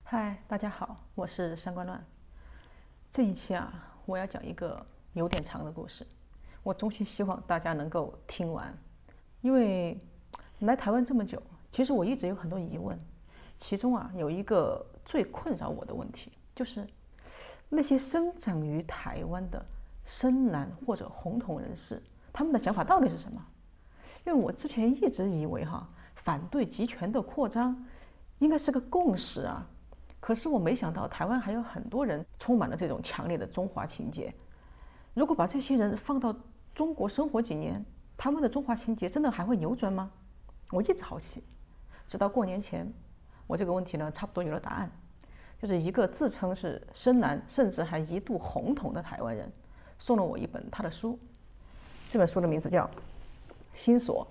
嗨，大家好，我是三观乱。这一期我要讲一个有点长的故事，我衷心希望大家能够听完。因为来台湾这么久，其实我一直有很多疑问，其中有一个最困扰我的问题，就是那些生长于台湾的深蓝或者红统人士，他们的想法到底是什么？因为我之前一直以为反对集权的扩张应该是个共识可是我没想到台湾还有很多人充满了这种强烈的中华情结。如果把这些人放到中国生活几年，他们的中华情结真的还会扭转吗？我一直好奇，直到过年前，我这个问题呢差不多有了答案，就是一个自称是深蓝，甚至还一度红统的台湾人送了我一本他的书。这本书的名字叫《心锁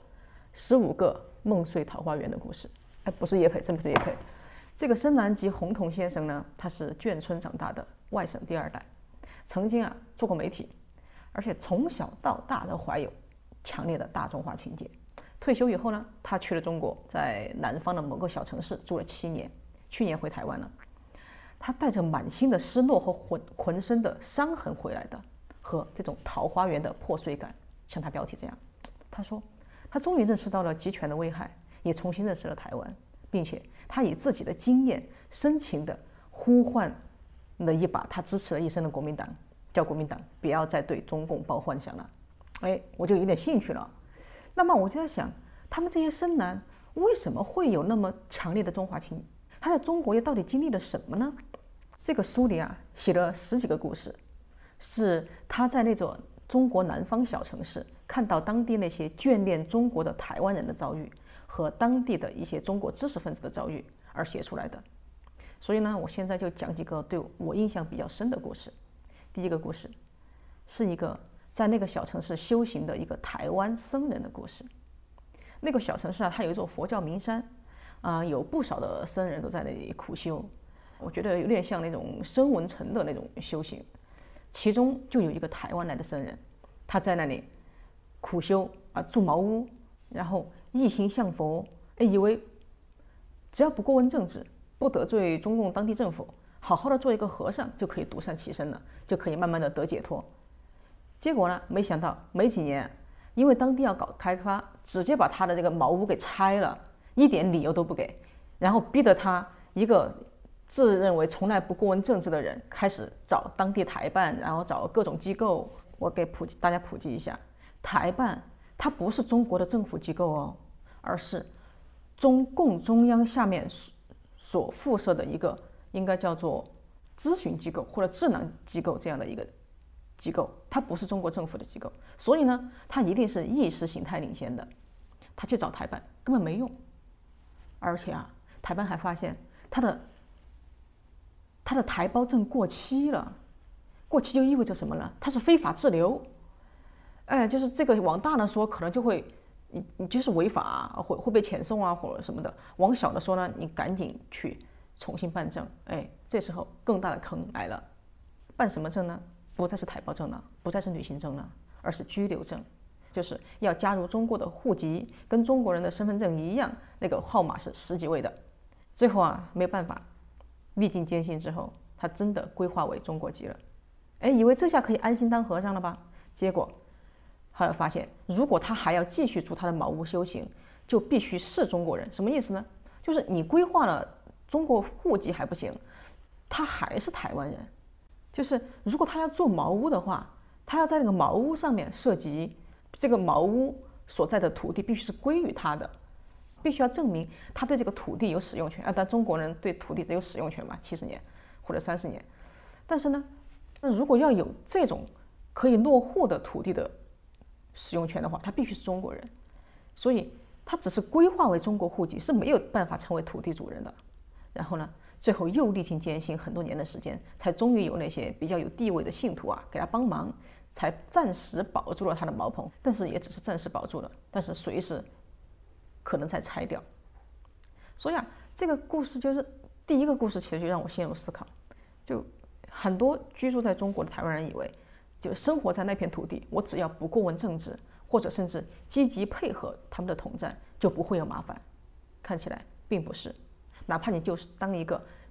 15个梦碎桃花源的故事》。不是业配，真不是业配。这个深蓝及红统先生呢，他是眷村长大的外省第二代，曾经做过媒体，而且从小到大都怀有强烈的大中华情结。退休以后呢，他去了中国，在南方的某个小城市住了7年，去年回台湾了。他带着满心的失落和浑身的伤痕回来的，和这种桃花源的破碎感，像他标题这样。他说，他终于认识到了集权的危害，也重新认识了台湾，并且他以自己的经验深情地呼唤了一把他支持了一生的国民党，叫国民党不要再对中共抱幻想了。我就有点兴趣了。那么我就在想，他们这些深蓝为什么会有那么强烈的中华情？他在中国又到底经历了什么呢？这个书里写了10几个故事，是他在那座中国南方小城市看到当地那些眷恋中国的台湾人的遭遇，和当地的一些中国知识分子的遭遇而写出来的。所以呢，我现在就讲几个对我印象比较深的故事。第一个故事是一个在那个小城市修行的一个台湾僧人的故事。那个小城市它有一座佛教名山有不少的僧人都在那里苦修，我觉得有点像那种声闻乘的那种修行。其中就有一个台湾来的僧人，他在那里苦修住茅屋，然后一心向佛，以为只要不过问政治，不得罪中共当地政府，好好的做一个和尚就可以独善其身了，就可以慢慢的得解脱。结果呢，没想到没几年，因为当地要搞开发，直接把他的这个茅屋给拆了，一点理由都不给，然后逼得他一个自认为从来不过问政治的人，开始找当地台办，然后找各种机构。我给大家普及一下，台办它不是中国的政府机构而是中共中央下面所附设的一个应该叫做咨询机构或者智囊机构这样的一个机构，它不是中国政府的机构，所以呢，它一定是意识形态领先的。他去找台办根本没用，而且台办还发现他的台胞证过期了。过期就意味着什么呢？它是非法滞留。就是这个往大了说，可能就会你就是违法会被遣送或者什么的。往小的说呢，你赶紧去重新办证。这时候更大的坑来了，办什么证呢？不再是台胞证了，不再是旅行证了，而是居留证，就是要加入中国的户籍，跟中国人的身份证一样，那个号码是10几位的。最后没有办法，历尽艰辛之后，他真的规划为中国籍了。以为这下可以安心当和尚了吧？结果后来发现，如果他还要继续住他的茅屋修行，就必须是中国人。什么意思呢？就是你规划了中国户籍还不行，他还是台湾人。就是如果他要住茅屋的话，他要在那个茅屋上面设籍，这个茅屋所在的土地必须是归于他的，必须要证明他对这个土地有使用权但中国人对土地只有使用权嘛，70年或者30年。但是呢，那如果要有这种可以落户的土地的使用权的话，他必须是中国人。所以他只是规划为中国户籍，是没有办法成为土地主人的。然后呢，最后又历尽艰辛很多年的时间，才终于有那些比较有地位的信徒给他帮忙，才暂时保住了他的茅棚。但是也只是暂时保住了，但是随时可能再拆掉。所以这个故事就是第一个故事，其实就让我陷入思考。就很多居住在中国的台湾人以为，就生活在那片土地，我只要不过问政治，或者甚至积极配合他们的统战，就不会有麻烦。看起来并不是，哪怕你就是当一个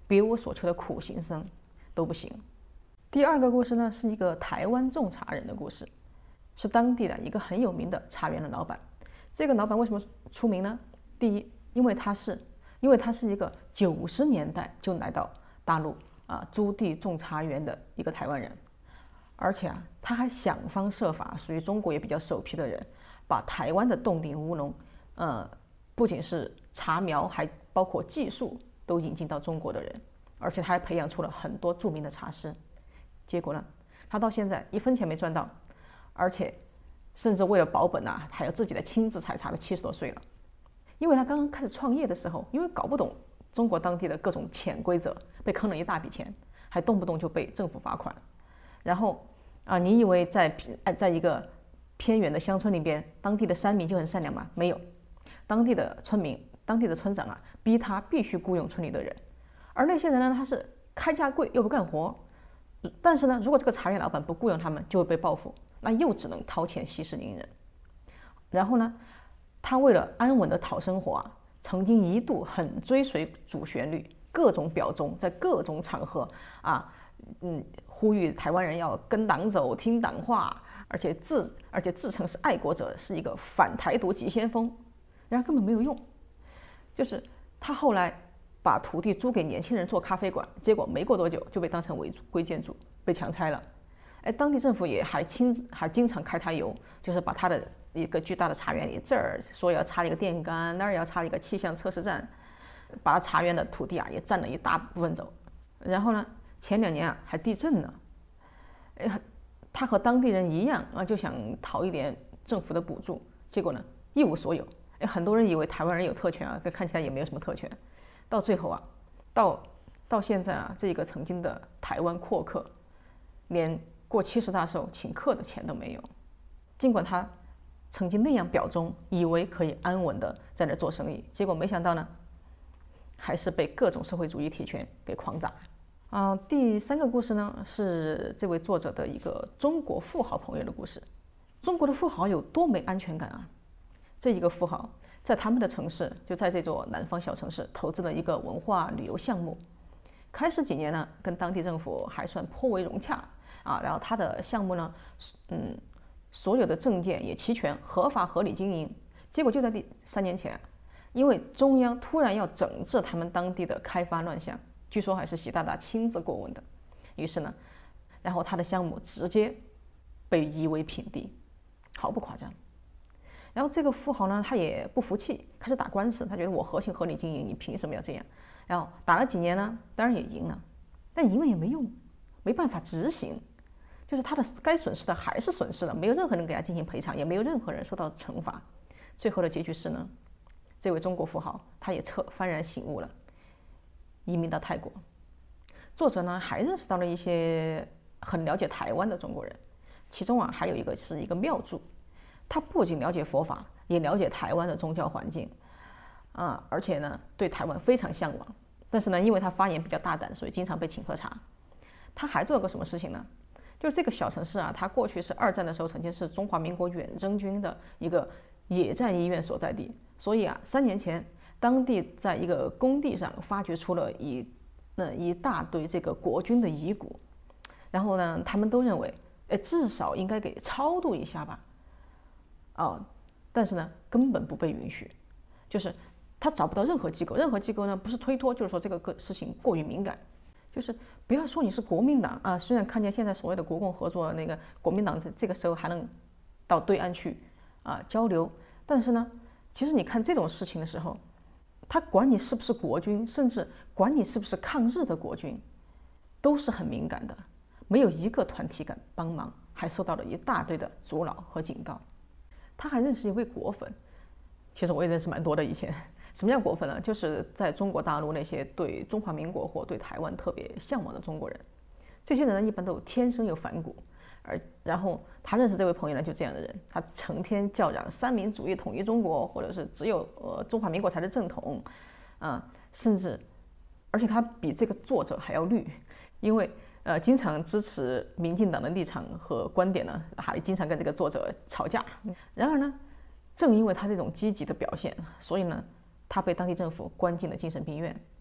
别无所求的苦行僧都不行。第二个故事呢，是一个台湾种茶人的故事，是当地的一个很有名的茶园的老板。这个老板为什么出名呢？第一，因为他是一个90年代就来到大陆租地种茶园的一个台湾人，而且他还想方设法，属于中国也比较首批的人，把台湾的冻顶乌龙，不仅是茶苗，还包括技术都引进到中国的人，而且他还培养出了很多著名的茶师。结果呢，他到现在1分钱没赚到，而且甚至为了保本还有自己的亲自采茶的70多岁了。因为他刚刚开始创业的时候，因为搞不懂中国当地的各种潜规则，被坑了一大笔钱，还动不动就被政府罚款。然后你以为在一个偏远的乡村里边，当地的山民就很善良吗？没有，当地的村民、当地的村长逼他必须雇佣村里的人，而那些人呢，他是开价贵又不干活。但是呢，如果这个茶园老板不雇佣他们，就会被报复，那又只能掏钱息事宁人。然后呢，他为了安稳的讨生活曾经一度很追随主旋律，各种表忠，在各种场合呼吁台湾人要跟党走、听党话，而且自称是爱国者，是一个反台独急先锋。然而根本没有用，就是他后来把土地租给年轻人做咖啡馆，结果没过多久就被当成违规建筑，被强拆了。当地政府也还经常开他油，就是把他的一个巨大的茶园里，这儿说要插一个电杆，那儿要插一个气象测试站，把他茶园的土地也占了一大部分走。然后呢，前2年还地震呢，他和当地人一样就想讨一点政府的补助，结果呢一无所有。很多人以为台湾人有特权但看起来也没有什么特权。到最后到现在这个曾经的台湾阔客，连过70大寿请客的钱都没有。尽管他曾经那样表忠，以为可以安稳的在那做生意，结果没想到呢，还是被各种社会主义铁拳给狂砸。第3个故事呢，是这位作者的一个中国富豪朋友的故事。中国的富豪有多没安全感这一个富豪在他们的城市，就在这座南方小城市投资了一个文化旅游项目。开始几年呢，跟当地政府还算颇为融洽然后他的项目呢，所有的证件也齐全，合法合理经营。结果就在第3年前，因为中央突然要整治他们当地的开发乱象，据说还是习大大亲自过问的，于是呢，然后他的项目直接被夷为平地，毫不夸张。然后这个富豪呢，他也不服气，开始打官司。他觉得我合情合理经营，你凭什么要这样？然后打了几年呢，当然也赢了，但赢了也没用，没办法执行，就是他的该损失的还是损失了，没有任何人给他进行赔偿，也没有任何人受到惩罚。最后的结局是呢，这位中国富豪他也幡然醒悟了，移民到泰国。作者呢还认识到了一些很了解台湾的中国人，其中还有一个是一个庙祝。他不仅了解佛法，也了解台湾的宗教环境，而且呢对台湾非常向往。但是呢，因为他发言比较大胆，所以经常被请喝茶。他还做了个什么事情呢？就是这个小城市他过去是2战的时候曾经是中华民国远征军的一个野战医院所在地，所以3年前，当地在一个工地上发掘出了一大堆这个国军的遗骨，然后呢，他们都认为，至少应该给超度一下吧。但是呢，根本不被允许，就是他找不到任何机构，任何机构呢不是推脱，就是说这个事情过于敏感，就是不要说你是国民党虽然看见现在所谓的国共合作，那个国民党这个时候还能到对岸去交流，但是呢，其实你看这种事情的时候，他管你是不是国军，甚至管你是不是抗日的国军，都是很敏感的，没有一个团体敢帮忙，还受到了一大堆的阻挠和警告。他还认识一位果粉，其实我也认识蛮多的以前。什么叫果粉呢？就是在中国大陆那些对中华民国或对台湾特别向往的中国人，这些人呢一般都天生有反骨，然后他认识这位朋友呢就这样的人，他成天叫嚷三民主义统一中国，或者是只有中华民国才是正统甚至而且他比这个作者还要绿，因为经常支持民进党的立场和观点呢，还经常跟这个作者吵架。然而呢，正因为他这种积极的表现，所以呢，他被当地政府关进了精神病院。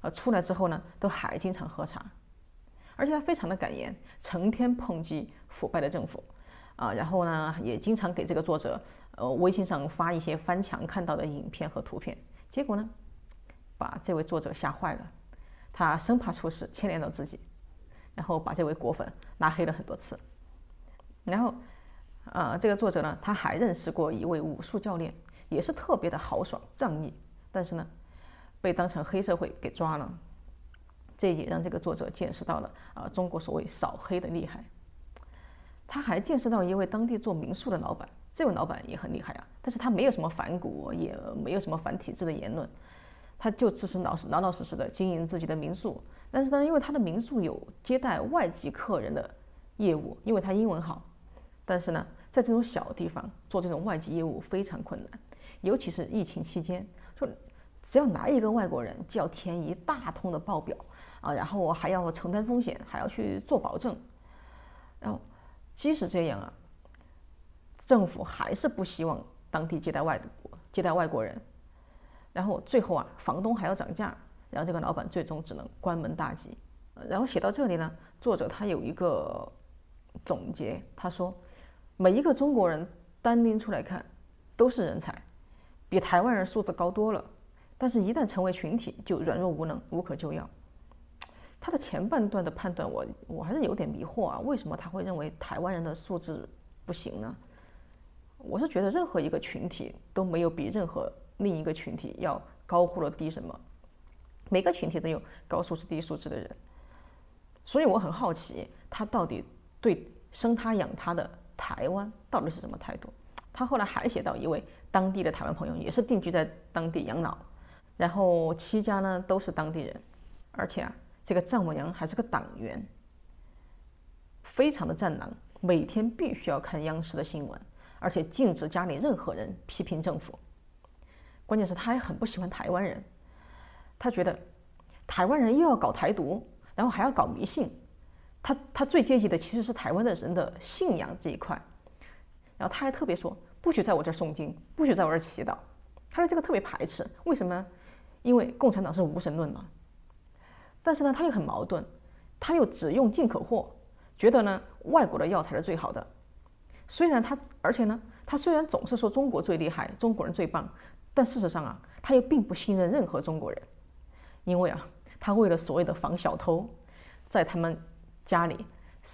出来之后呢，都还经常喝茶，而且他非常的敢言，成天抨击腐败的政府，然后呢，也经常给这个作者微信上发一些翻墙看到的影片和图片，结果呢，把这位作者吓坏了，他生怕出事牵连到自己，然后把这位果粉拉黑了很多次。然后这个作者呢，他还认识过一位武术教练，也是特别的豪爽仗义，但是呢，被当成黑社会给抓了。这也让这个作者见识到了中国所谓扫黑的厉害。他还见识到一位当地做民宿的老板，这位老板也很厉害啊，但是他没有什么反骨，也没有什么反体制的言论，他就只是老老实实的经营自己的民宿。但是呢，因为他的民宿有接待外籍客人的业务，因为他英文好，但是呢，在这种小地方做这种外籍业务非常困难，尤其是疫情期间，说只要来一个外国人，就要填一大通的报表然后还要承担风险，还要去做保证。然后即使这样政府还是不希望当地接待外国人。然后最后房东还要涨价，然后这个老板最终只能关门大吉。然后写到这里呢，作者他有一个总结，他说每一个中国人单拎出来看都是人才，比台湾人素质高多了，但是一旦成为群体就软弱无能，无可救药。他的前半段的判断我还是有点迷惑为什么他会认为台湾人的素质不行呢？我是觉得任何一个群体都没有比任何另一个群体要高或者低什么，每个群体都有高素质低素质的人，所以我很好奇他到底对生他养他的台湾到底是什么态度。他后来还写到一位当地的台湾朋友，也是定居在当地养老，然后7家呢都是当地人，而且这个丈母娘还是个党员，非常的战狼，每天必须要看央视的新闻，而且禁止家里任何人批评政府。关键是他还很不喜欢台湾人，他觉得台湾人又要搞台独，然后还要搞迷信，他最介意的其实是台湾的人的信仰这一块。然后他还特别说不许在我这儿诵经，不许在我这儿祈祷，他对这个特别排斥。为什么？因为共产党是无神论嘛。但是呢，他又很矛盾，他又只用进口货，觉得呢外国的药才是最好的。而且呢，他虽然总是说中国最厉害，中国人最棒，但事实上他又并不信任任何中国人，因为他为了所谓的防小偷，在他们家里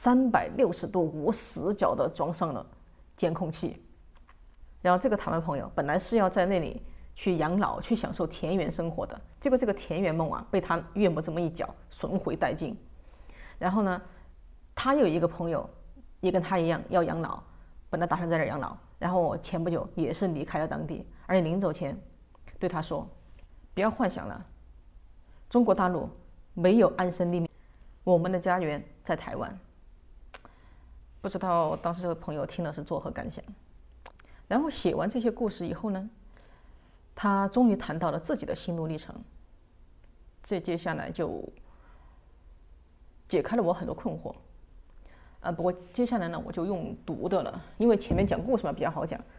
360度无死角的装上了监控器。然后这个台湾朋友本来是要在那里去养老，去享受田园生活的，结果这个田园梦被他岳母这么一搅，损毁殆尽。然后呢，他有一个朋友也跟他一样要养老，本来打算在这儿养老，然后前不久也是离开了当地，而且临走前对他说：“不要幻想了，中国大陆没有安身立命，我们的家园在台湾。”不知道当时这位朋友听了是作何感想。然后写完这些故事以后呢，他终于谈到了自己的心路历程，这接下来就解开了我很多困惑。不过接下来呢，我就用读的了，因为前面讲故事嘛比较好讲。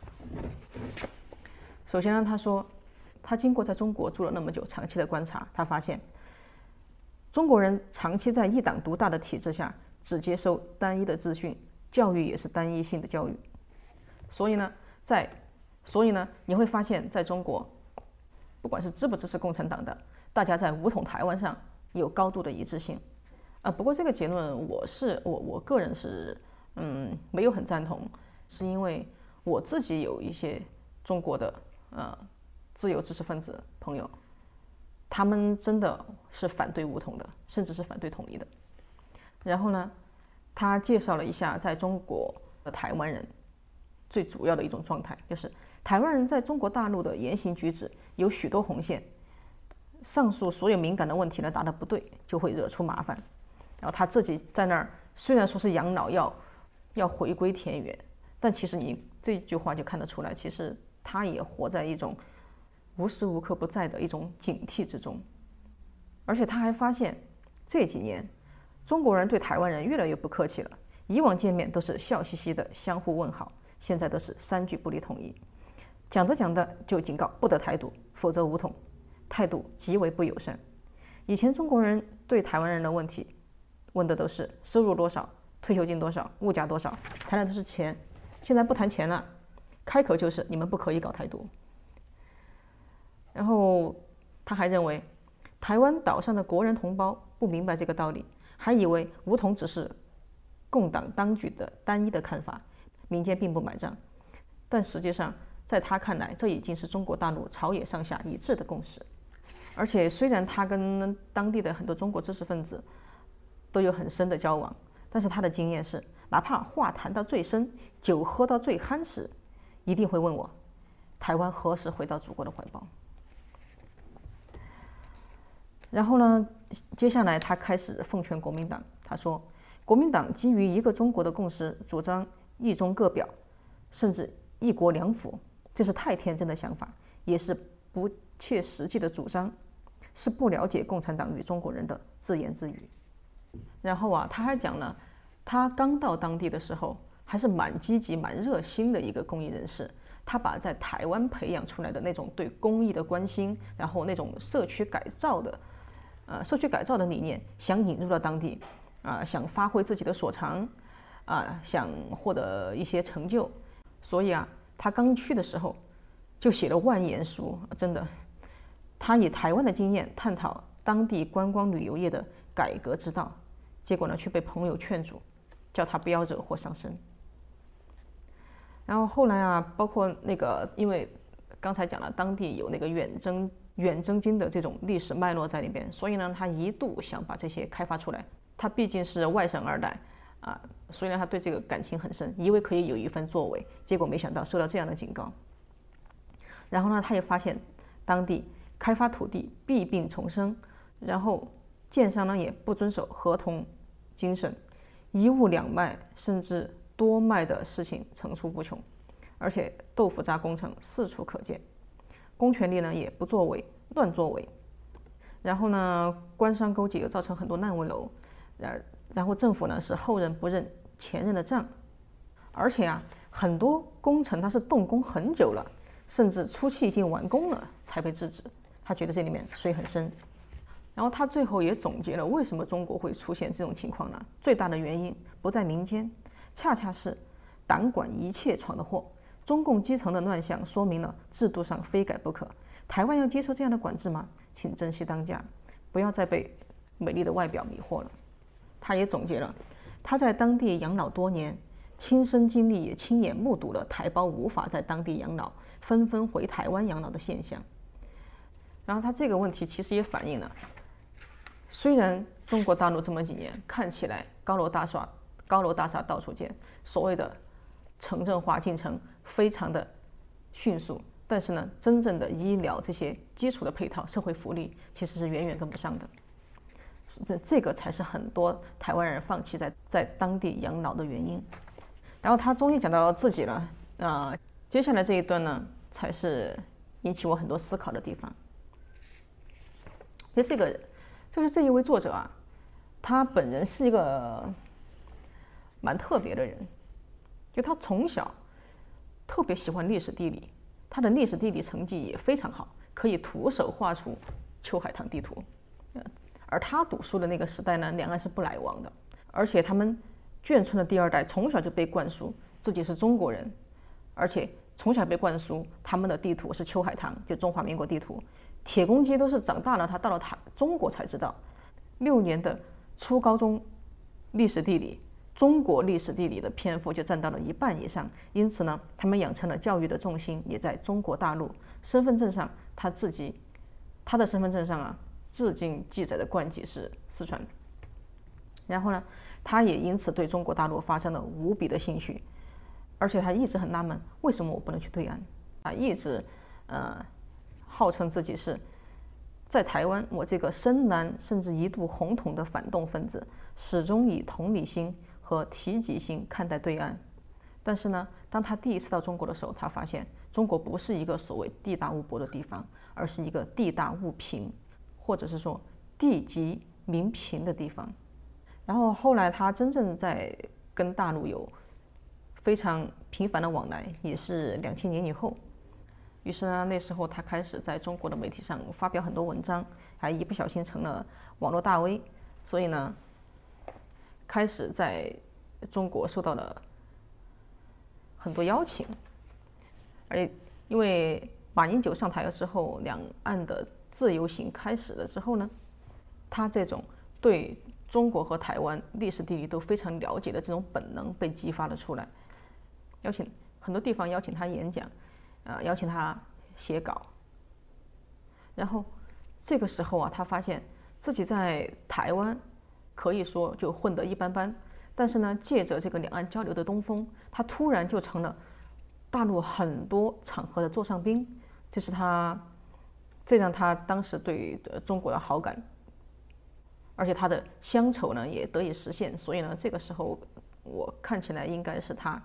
首先呢，他说他经过在中国住了那么久，长期的观察，他发现中国人长期在一党独大的体制下，只接收单一的资讯，教育也是单一性的教育。所以呢，你会发现在中国，不管是支不支持共产党的，大家在武统台湾上有高度的一致性。不过这个结论我个人是没有很赞同，是因为我自己有一些中国的自由知识分子朋友，他们真的是反对武统的，甚至是反对统一的。然后呢，他介绍了一下在中国的台湾人最主要的一种状态，就是台湾人在中国大陆的言行举止有许多红线，上述所有敏感的问题呢答得不对，就会惹出麻烦。然后他自己在那儿虽然说是养老要回归田园，但其实你这句话就看得出来，其实他也活在一种无时无刻不在的一种警惕之中。而且他还发现这几年中国人对台湾人越来越不客气了，以往见面都是笑嘻嘻的相互问好，现在都是3句不离统一，讲着讲着就警告不得台独，否则武统，态度极为不友善。 以前中国人对台湾人的问题问的都是收入多少、退休金多少、物价多少，谈的都是钱。现在不谈钱了，开口就是你们不可以搞台独。然后他还认为台湾岛上的国人同胞不明白这个道理，还以为武统只是共党当局的单一的看法，民间并不买账。但实际上在他看来，这已经是中国大陆朝野上下一致的共识。而且虽然他跟当地的很多中国知识分子都有很深的交往，但是他的经验是，哪怕话谈到最深，酒喝到最酣时，一定会问我，台湾何时回到祖国的怀抱。然后呢，接下来他开始奉劝国民党，他说，国民党基于一个中国的共识，主张一中各表，甚至一国两府，这是太天真的想法，也是不切实际的主张，是不了解共产党与中国人的自言自语。然后他还讲了，他刚到当地的时候还是蛮积极、蛮热心的一个公益人士。他把在台湾培养出来的那种对公益的关心，然后那种社区改造的理念，想引入到当地，想发挥自己的所长，想获得一些成就。所以他刚去的时候就写了万言书，真的。他以台湾的经验探讨当地观光旅游业的改革之道，结果呢却被朋友劝阻，叫他不要惹祸上身。然后后来包括那个，因为刚才讲了，当地有那个远征军的这种历史脉络在里边，所以呢，他一度想把这些开发出来。他毕竟是外省二代所以呢，他对这个感情很深，以为可以有一番作为，结果没想到受到这样的警告。然后呢，他也发现当地开发土地弊病丛生，然后建商呢也不遵守合同精神，一物两卖，甚至多卖的事情层出不穷，而且豆腐渣工程四处可见，公权力呢也不作为，乱作为。然后呢，官商勾结又造成很多烂尾楼，然后政府呢是后任不认前任的账，而且很多工程它是动工很久了，甚至初期已经完工了才被制止。他觉得这里面水很深。然后他最后也总结了为什么中国会出现这种情况呢？最大的原因不在民间，恰恰是党管一切闯的祸。中共基层的乱象说明了制度上非改不可。台湾要接受这样的管制吗？请珍惜当下，不要再被美丽的外表迷惑了。他也总结了他在当地养老多年，亲身经历也亲眼目睹了台胞无法在当地养老，纷纷回台湾养老的现象。然后他这个问题其实也反映了，虽然中国大陆这么几年看起来高楼大厦到处建，所谓的城镇化进程非常的迅速，但是呢，真正的医疗这些基础的配套、社会福利其实是远远跟不上的。这个才是很多台湾人放弃在当地养老的原因。然后他终于讲到自己了，接下来这一段呢，才是引起我很多思考的地方。其实这一位作者他本人是一个蛮特别的人，就他从小特别喜欢历史地理，他的历史地理成绩也非常好，可以徒手画出秋海棠地图。而他读书的那个时代呢，两岸是不来往的，而且他们眷村的第二代从小就被灌输自己是中国人，而且从小被灌输他们的地图是秋海棠，就中华民国地图。铁公鸡都是长大了，他到了中国才知道，6年的初高中历史地理，中国历史地理的篇幅就占到了1半以上。因此呢，他们养成了教育的重心也在中国大陆。身份证上他的身份证上至今记载的官籍是四川。然后呢，他也因此对中国大陆发生了无比的兴趣，而且他一直很纳闷，为什么我不能去对岸？一直号称自己是在台湾，我这个深蓝甚至一度红统的反动分子，始终以同理心和提及心看待对岸。但是呢，当他第一次到中国的时候，他发现中国不是一个所谓地大物博的地方，而是一个地大物贫，或者是说地极民贫的地方。然后后来他真正在跟大陆有非常频繁的往来，也是2000年以后。 于是呢，那时候他开始在中国的媒体上发表很多文章，还一不小心成了网络大 V，所以呢，开始在中国受到了很多邀请。而因为马英九上台了之后，两岸的自由行开始了之后呢，他这种对中国和台湾历史地理都非常了解的这种本能被激发了出来，邀请很多地方邀请他演讲，邀请他写稿。然后这个时候啊，他发现自己在台湾可以说就混得一般般，但是呢，借着这个两岸交流的东风，他突然就成了大陆很多场合的座上宾，这让他当时对中国的好感，而且他的乡愁呢也得以实现。所以呢，这个时候我看起来应该是他。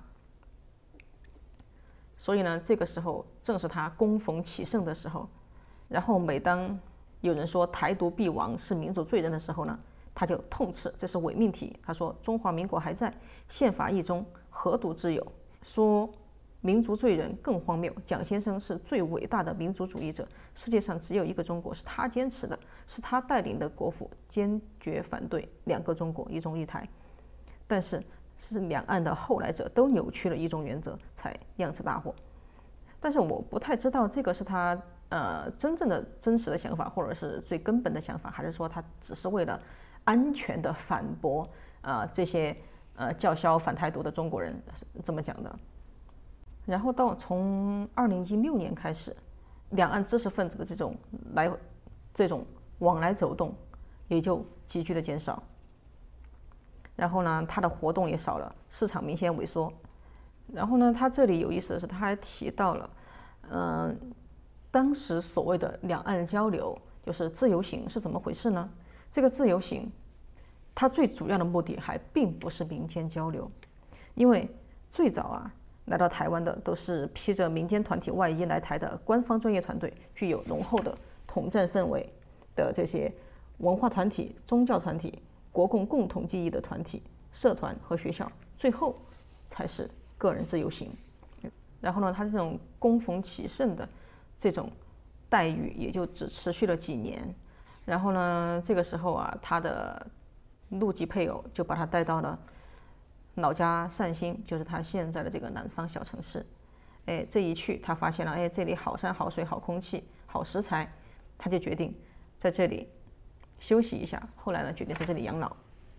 所以呢，这个时候正是他攻逢其胜的时候。然后每当有人说台独必亡是民主罪人的时候呢，他就痛斥这是伪命题。他说中华民国还在，宪法一中，何独之有？说民族罪人更荒谬。蒋先生是最伟大的民族主义者，世界上只有一个中国，是他坚持的，是他带领的国府坚决反对两个中国，一中一台。但是两岸的后来者都扭曲了一中原则，才酿成大祸。但是我不太知道这个是他真正的真实的想法，或者是最根本的想法，还是说他只是为了安全的反驳这些叫嚣反台独的中国人这么讲的。然后从2016年开始，两岸知识分子的这种往来走动也就急剧的减少。然后呢，他的活动也少了，市场明显萎缩。然后呢，他这里有意思的是，他还提到了，当时所谓的两岸交流，就是自由行是怎么回事呢？这个自由行，它最主要的目的还并不是民间交流，因为最早来到台湾的都是披着民间团体外衣来台的官方专业团队，具有浓厚的统战氛围的这些文化团体、宗教团体、国共共同记忆的团体、社团和学校，最后才是个人自由行。然后呢，他这种攻逢其胜的这种待遇也就只持续了几年。然后呢，这个时候他的陆籍配偶就把他带到了老家散心，就是他现在的这个南方小城市。这一去，他发现了，这里好山好水好空气好食材，他就决定在这里休息一下。后来呢，决定在这里养老。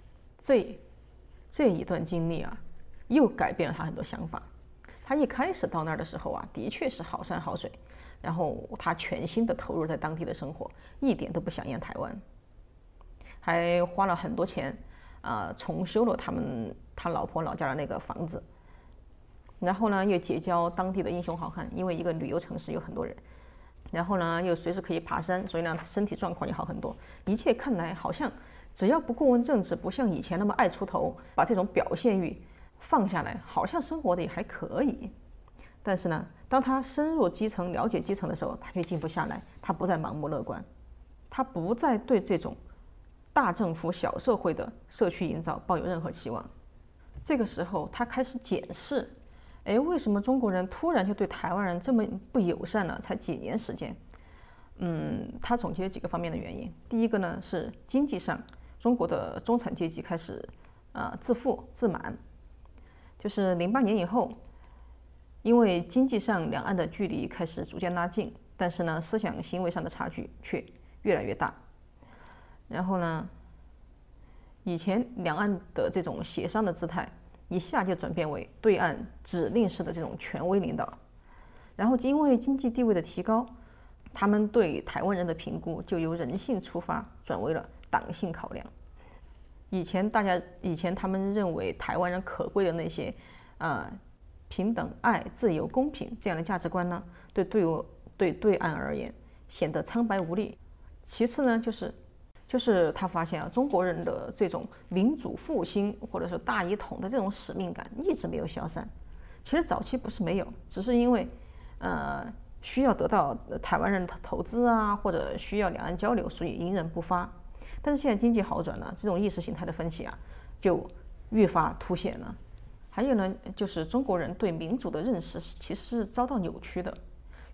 这一段经历又改变了他很多想法。他一开始到那儿的时候的确是好山好水，然后他全心的投入在当地的生活，一点都不想念台湾，还花了很多钱重修了他老婆老家的那个房子。然后呢，又结交当地的英雄好汉，因为一个旅游城市有很多人。然后呢，又随时可以爬山，所以呢，身体状况也好很多。一切看来好像只要不过问政治，不像以前那么爱出头，把这种表现欲放下来，好像生活的也还可以。但是呢，当他深入基层，了解基层的时候，他却静不下来。他不再盲目乐观，他不再对这种大政府小社会的社区营造抱有任何期望。这个时候，他开始检视，为什么中国人突然就对台湾人这么不友善了？才几年时间。他总结了几个方面的原因。第一个呢是经济上，中国的中产阶级开始自负自满。就是08年以后，因为经济上两岸的距离开始逐渐拉近，但是呢，思想行为上的差距却越来越大。然后呢，以前两岸的这种协商的姿态，一下就转变为对岸指令式的这种权威领导。然后因为经济地位的提高，他们对台湾人的评估就由人性出发，转为了党性考量。以前他们认为台湾人可贵的那些平等、爱、自由、公平这样的价值观呢，对岸而言显得苍白无力。其次呢，就是他发现中国人的这种民主复兴或者是大一统的这种使命感一直没有消散。其实早期不是没有，只是因为需要得到台湾人的投资或者需要两岸交流，所以隐忍不发。但是现在经济好转了，这种意识形态的分歧就愈发凸显了。还有呢，就是中国人对民主的认识其实是遭到扭曲的。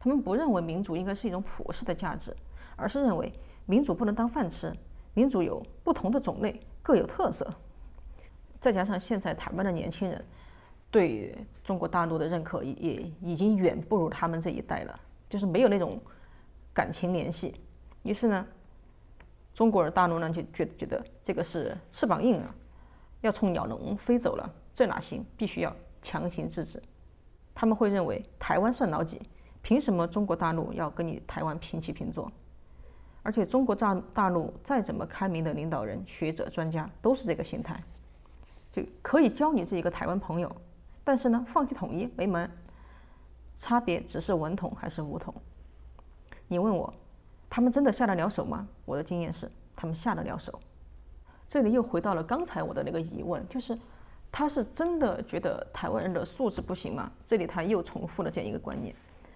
他们不认为民主应该是一种普世的价值，而是认为民主不能当饭吃，民主有不同的种类，各有特色。再加上现在台湾的年轻人对中国大陆的认可也已经远不如他们这一代了，就是没有那种感情联系。于是呢，中国人大陆呢就觉得这个是翅膀硬了，要从鸟笼飞走了，这哪行，必须要强行制止。他们会认为台湾算老几，凭什么中国大陆要跟你台湾平起平坐？而且中国大陆再怎么开明的领导人、学者、专家都是这个心态，就可以交你这一个台湾朋友，但是呢，放弃统一没门，差别只是文统还是武统。你问我，他们真的下得了手吗？我的经验是，他们下得了手。这里又回到了刚才我的那个疑问，就是他是真的觉得台湾人的素质不行吗？这里他又重复了这样一个观念，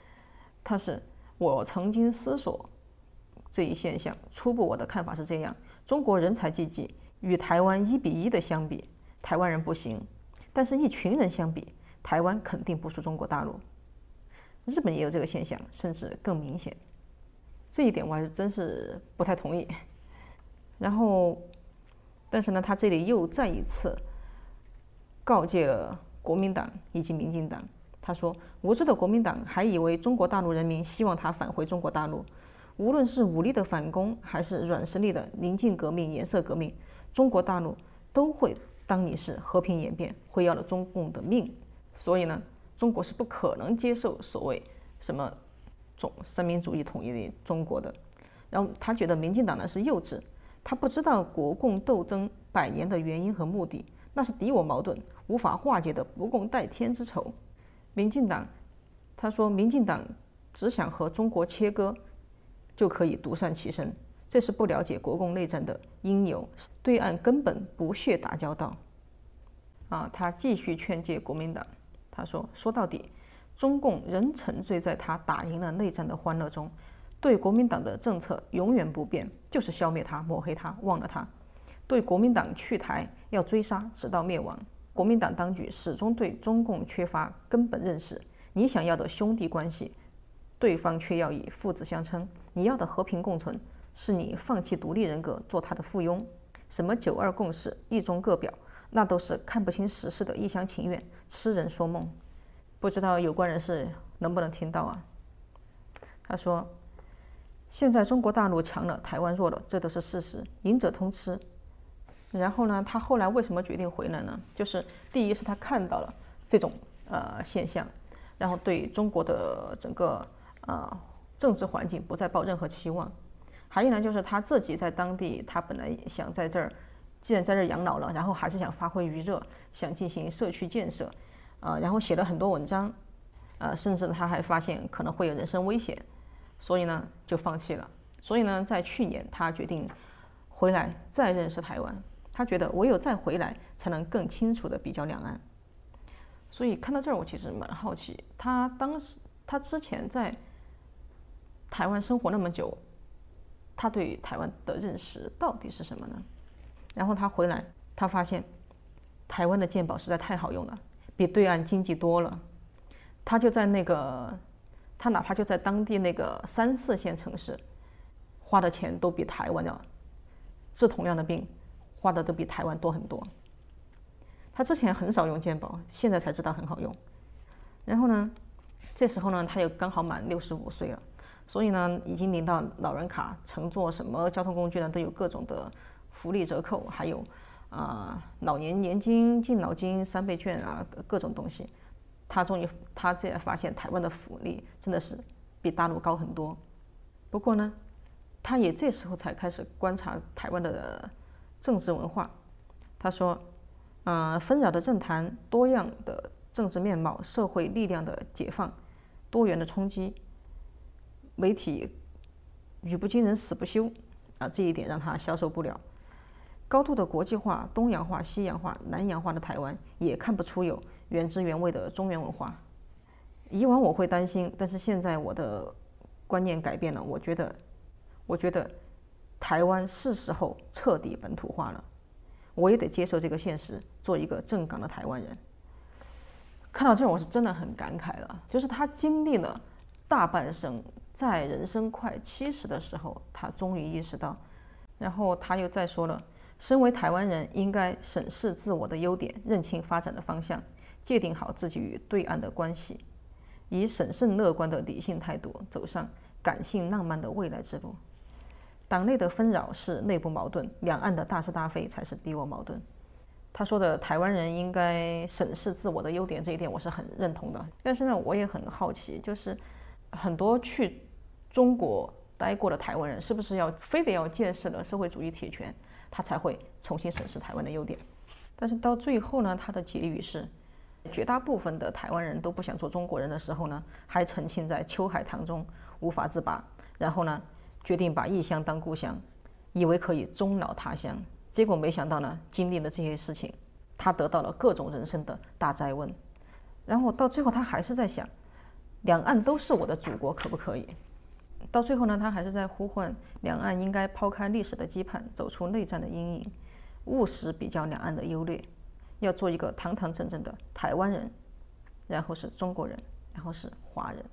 我曾经思索这一现象，初步我的看法是这样：中国人才济济，与台湾1:1的相比，台湾人不行；但是一群人相比，台湾肯定不输中国大陆。日本也有这个现象，甚至更明显。这一点我还是真是不太同意。然后，但是呢，他这里又再一次告诫了国民党以及民进党。他说，无知的国民党还以为中国大陆人民希望他返回中国大陆，无论是武力的反攻，还是软实力的宁静革命、颜色革命，中国大陆都会当你是和平演变，会要了中共的命。所以呢，中国是不可能接受所谓什么三民主义统一的中国的。然后他觉得民进党呢是幼稚，他不知道国共斗争100年的原因和目的，那是敌我矛盾无法化解的不共戴天之仇。他说民进党只想和中国切割，就可以独善其身，这是不了解国共内战的因由，对岸根本不屑打交道。他继续劝诫国民党，他说到底，中共仍沉醉在他打赢了内战的欢乐中，对国民党的政策永远不变，就是消灭他、抹黑他、忘了他。对国民党去台要追杀，直到灭亡。国民党当局始终对中共缺乏根本认识，你想要的兄弟关系，对方却要以父子相称；你要的和平共存，是你放弃独立人格，做他的附庸。什么9·2共识、一中各表，那都是看不清时事的一厢情愿，痴人说梦。不知道有关人士能不能听到啊？他说，现在中国大陆强了，台湾弱了，这都是事实，赢者通吃。然后呢，他后来为什么决定回来呢？就是第一是他看到了这种现象，然后对中国的整个政治环境不再抱任何期望。还有呢，就是他自己在当地，他本来想在这儿，既然在这儿养老了，然后还是想发挥余热，想进行社区建设，然后写了很多文章，甚至他还发现可能会有人身危险，所以呢就放弃了。所以呢，在去年他决定回来再认识台湾。他觉得唯有再回来，才能更清楚地比较两岸。所以看到这儿，我其实蛮好奇，他之前在台湾生活那么久，他对台湾的认识到底是什么呢？然后他回来，他发现台湾的健保实在太好用了，比对岸经济多了。他哪怕就在当地那个3、4线城市，花的钱都比台湾的治同样的病花的都比台湾多很多。他之前很少用健保，现在才知道很好用。然后呢，这时候呢，他又刚好满65岁了，所以呢，已经领到老人卡，乘坐什么交通工具呢，都有各种的福利折扣，还有老年年金、敬老金、3倍券各种东西。他现在发现台湾的福利真的是比大陆高很多。不过呢，他也这时候才开始观察台湾的政治文化。他说，纷扰的政坛、多样的政治面貌、社会力量的解放、多元的冲击、媒体语不惊人死不休这一点让他消受不了。高度的国际化、东洋化、西洋化、南洋化的台湾也看不出有原汁原味的中原文化。以往我会担心，但是现在我的观念改变了，我觉得台湾是时候彻底本土化了，我也得接受这个现实，做一个正港的台湾人。看到这儿，我是真的很感慨了，就是他经历了大半生，在人生快70的时候，他终于意识到。然后他又再说了，身为台湾人，应该审视自我的优点，认清发展的方向，界定好自己与对岸的关系，以审慎乐观的理性态度走上感性浪漫的未来之路。党内的纷扰是内部矛盾，两岸的大是大非才是敌我矛盾。他说的台湾人应该审视自我的优点，这一点我是很认同的。但是呢，我也很好奇，就是很多去中国待过的台湾人，是不是非得要见识了社会主义铁拳，他才会重新审视台湾的优点？但是到最后呢，他的结语是，绝大部分的台湾人都不想做中国人的时候呢，还沉浸在秋海棠中无法自拔，然后呢，决定把异乡当故乡，以为可以终老他乡。结果没想到呢，经历了这些事情，他得到了各种人生的大灾问，然后到最后他还是在想，两岸都是我的祖国，可不可以？到最后呢，他还是在呼唤两岸应该抛开历史的羁绊，走出内战的阴影，务实比较两岸的优劣，要做一个堂堂正正的台湾人，然后是中国人，然后是华人。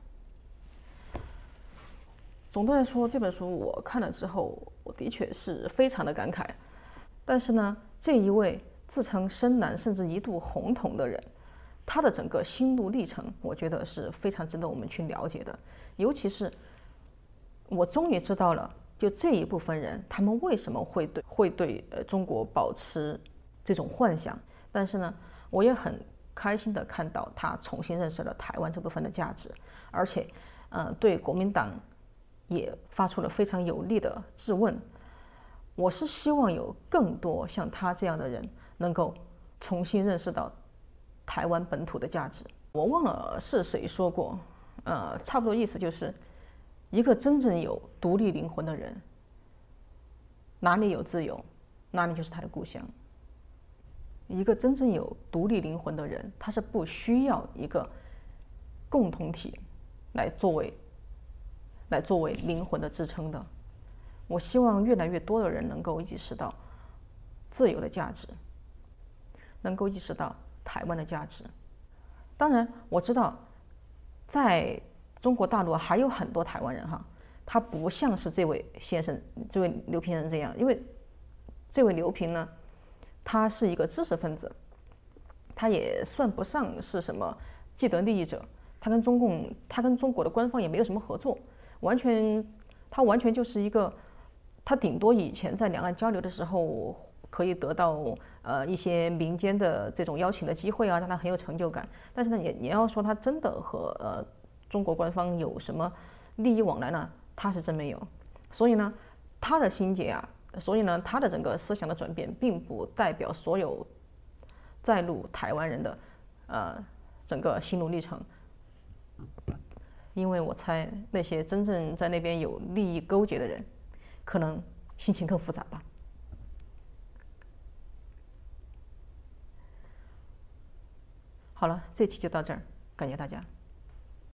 总的来说，这本书我看了之后，我的确是非常的感慨。但是呢，这一位自称深蓝甚至一度红统的人，他的整个心路历程，我觉得是非常值得我们去了解的。尤其是我终于知道了，就这一部分人，他们为什么会对中国保持这种幻想。但是呢，我也很开心的看到他重新认识了台湾这部分的价值，而且对国民党也发出了非常有力的质问。我是希望有更多像他这样的人能够重新认识到台湾本土的价值。我忘了是谁说过，差不多意思就是，一个真正有独立灵魂的人，哪里有自由，哪里就是他的故乡。一个真正有独立灵魂的人，他是不需要一个共同体来作为灵魂的支撑的。我希望越来越多的人能够意识到自由的价值，能够意识到台湾的价值。当然，我知道在中国大陆还有很多台湾人哈，他不像是这位先生，这位刘平人这样，因为这位刘平呢，他是一个知识分子，他也算不上是什么既得利益者，他跟中国的官方也没有什么合作，他完全就是一个。他顶多以前在两岸交流的时候，可以得到一些民间的这种邀请的机会啊，让他很有成就感。但是呢，你要说他真的和中国官方有什么利益往来呢？他是真没有。所以呢，他的心结啊，所以呢，他的整个思想的转变，并不代表所有在陆台湾人的整个心路历程。因为我猜那些真正在那边有利益勾结的人，可能心情更复杂吧。好了，这期就到这儿，感谢大家。